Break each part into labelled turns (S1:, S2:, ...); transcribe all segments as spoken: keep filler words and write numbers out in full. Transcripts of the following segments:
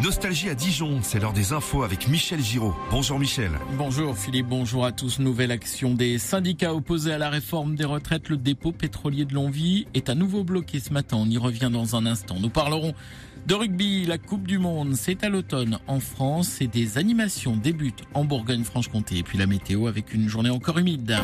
S1: Nostalgie à Dijon, c'est l'heure des infos avec Michel Giraud. Bonjour Michel.
S2: Bonjour Philippe, bonjour à tous. Nouvelle action des syndicats opposés à la réforme des retraites. Le dépôt pétrolier de Longwy est à nouveau bloqué ce matin. On y revient dans un instant. Nous parlerons de rugby. La Coupe du Monde, c'est à l'automne en France et des animations débutent en Bourgogne-Franche-Comté. Et puis la météo avec une journée encore humide.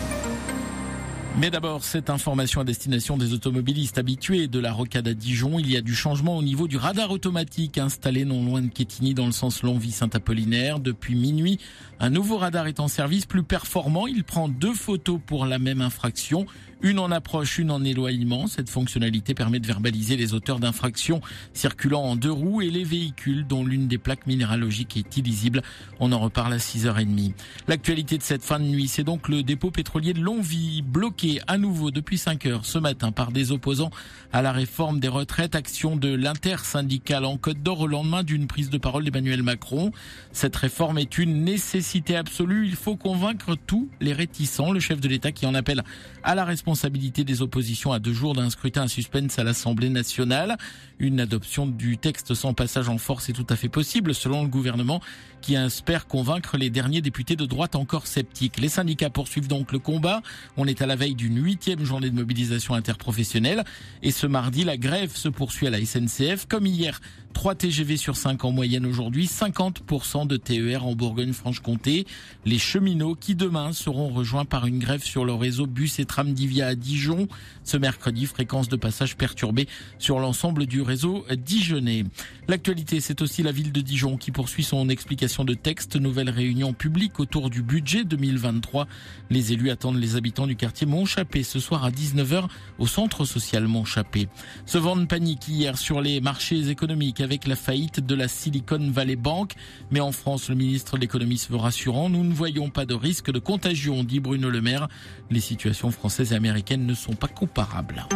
S2: Mais d'abord, cette information à destination des automobilistes habitués de la rocade à Dijon. Il y a du changement au niveau du radar automatique installé non loin de Quetigny dans le sens Longwy-Saint-Apollinaire. Depuis minuit, un nouveau radar est en service, plus performant. Il prend deux photos pour la même infraction. Une en approche, une en éloignement. Cette fonctionnalité permet de verbaliser les auteurs d'infractions circulant en deux roues et les véhicules dont l'une des plaques minéralogiques est illisible. On en reparle à six heures trente. L'actualité de cette fin de nuit, c'est donc le dépôt pétrolier de Longwy, bloqué à nouveau depuis cinq heures ce matin par des opposants à la réforme des retraites. Action de l'intersyndicale en Côte d'Or au lendemain d'une prise de parole d'Emmanuel Macron. Cette réforme est une nécessité absolue. Il faut convaincre tous les réticents. Le chef de l'État qui en appelle à la responsabilité des oppositions à deux jours d'un scrutin à suspense à l'Assemblée nationale. Une adoption du texte sans passage en force est tout à fait possible selon le gouvernement qui espère convaincre les derniers députés de droite encore sceptiques. Les syndicats poursuivent donc le combat. On est à la veille d'une huitième journée de mobilisation interprofessionnelle et ce mardi, la grève se poursuit à la S N C F. Comme hier, trois T G V sur cinq en moyenne aujourd'hui, cinquante pour cent de T E R en Bourgogne-Franche-Comté. Les cheminots qui demain seront rejoints par une grève sur le réseau bus et tram Divia à Dijon. Ce mercredi, fréquence de passage perturbée sur l'ensemble du réseau dijonnais. L'actualité, c'est aussi la ville de Dijon qui poursuit son explication de texte. Nouvelle réunion publique autour du budget deux mille vingt-trois. Les élus attendent les habitants du quartier Montchappé ce soir à dix-neuf heures au centre social Montchappé. Ce vent de panique hier sur les marchés économiques avec la faillite de la Silicon Valley Bank. Mais en France, le ministre de l'économie se veut rassurant. Nous ne voyons pas de risque de contagion, dit Bruno Le Maire. Les situations françaises et américaines ne sont pas comparables.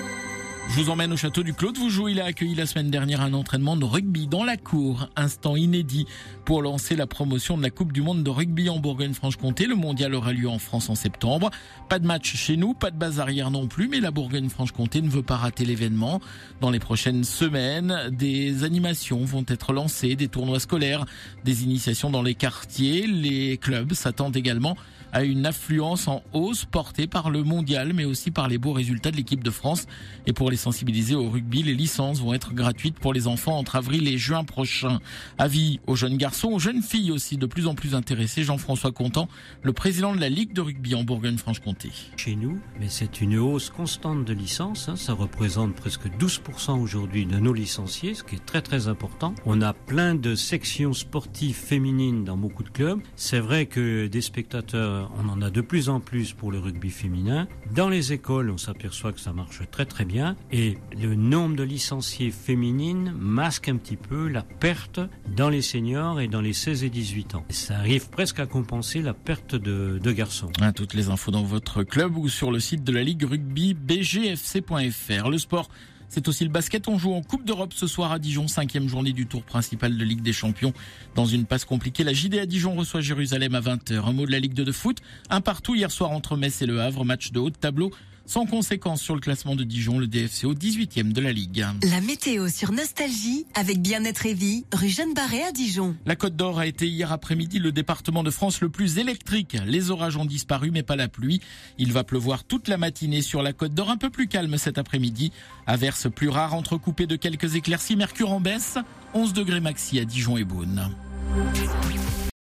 S2: Je vous emmène au château du Clos de Vougeot. Il a accueilli la semaine dernière un entraînement de rugby dans la cour. Instant inédit pour lancer la promotion de la Coupe du Monde de rugby en Bourgogne-Franche-Comté. Le mondial aura lieu en France en septembre. Pas de match chez nous, pas de base arrière non plus, mais la Bourgogne-Franche-Comté ne veut pas rater l'événement. Dans les prochaines semaines, des animations vont être lancées, des tournois scolaires, des initiations dans les quartiers. Les clubs s'attendent également à une affluence en hausse portée par le mondial, mais aussi par les beaux résultats de l'équipe de France. Et pour les sensibiliser au rugby, les licences vont être gratuites pour les enfants entre avril et juin prochain. Avis aux jeunes garçons, aux jeunes filles aussi, de plus en plus intéressés. Jean-François Contant, le président de la Ligue de rugby en Bourgogne-Franche-Comté.
S3: Chez nous, mais c'est une hausse constante de licences. Hein, ça représente presque douze pour cent aujourd'hui de nos licenciés, ce qui est très très important. On a plein de sections sportives féminines dans beaucoup de clubs. C'est vrai que des spectateurs, on en a de plus en plus pour le rugby féminin. Dans les écoles, on s'aperçoit que ça marche très très bien. Et le nombre de licenciés féminines masque un petit peu la perte dans les seniors et dans les seize et dix-huit ans. Et ça arrive presque à compenser la perte de, de garçons.
S2: Ah, toutes les infos dans votre club ou sur le site de la Ligue Rugby b g f c point f r. Le sport, c'est aussi le basket. On joue en Coupe d'Europe ce soir à Dijon, cinquième journée du tour principal de Ligue des Champions. Dans une passe compliquée, la J D à Dijon reçoit Jérusalem à vingt heures. Un mot de la Ligue deux de foot. Un partout hier soir entre Metz et Le Havre. Match de haut de tableau sans conséquence sur le classement de Dijon, le D F C au dix-huitième de la Ligue.
S4: La météo sur Nostalgie avec Bien-être et Vie, rue Jeanne Barré à Dijon.
S2: La Côte d'Or a été hier après-midi le département de France le plus électrique. Les orages ont disparu mais pas la pluie. Il va pleuvoir toute la matinée sur la Côte d'Or, un peu plus calme cet après-midi. Averses plus rares entrecoupées de quelques éclaircies. Mercure en baisse, onze degrés maxi à Dijon et Beaune.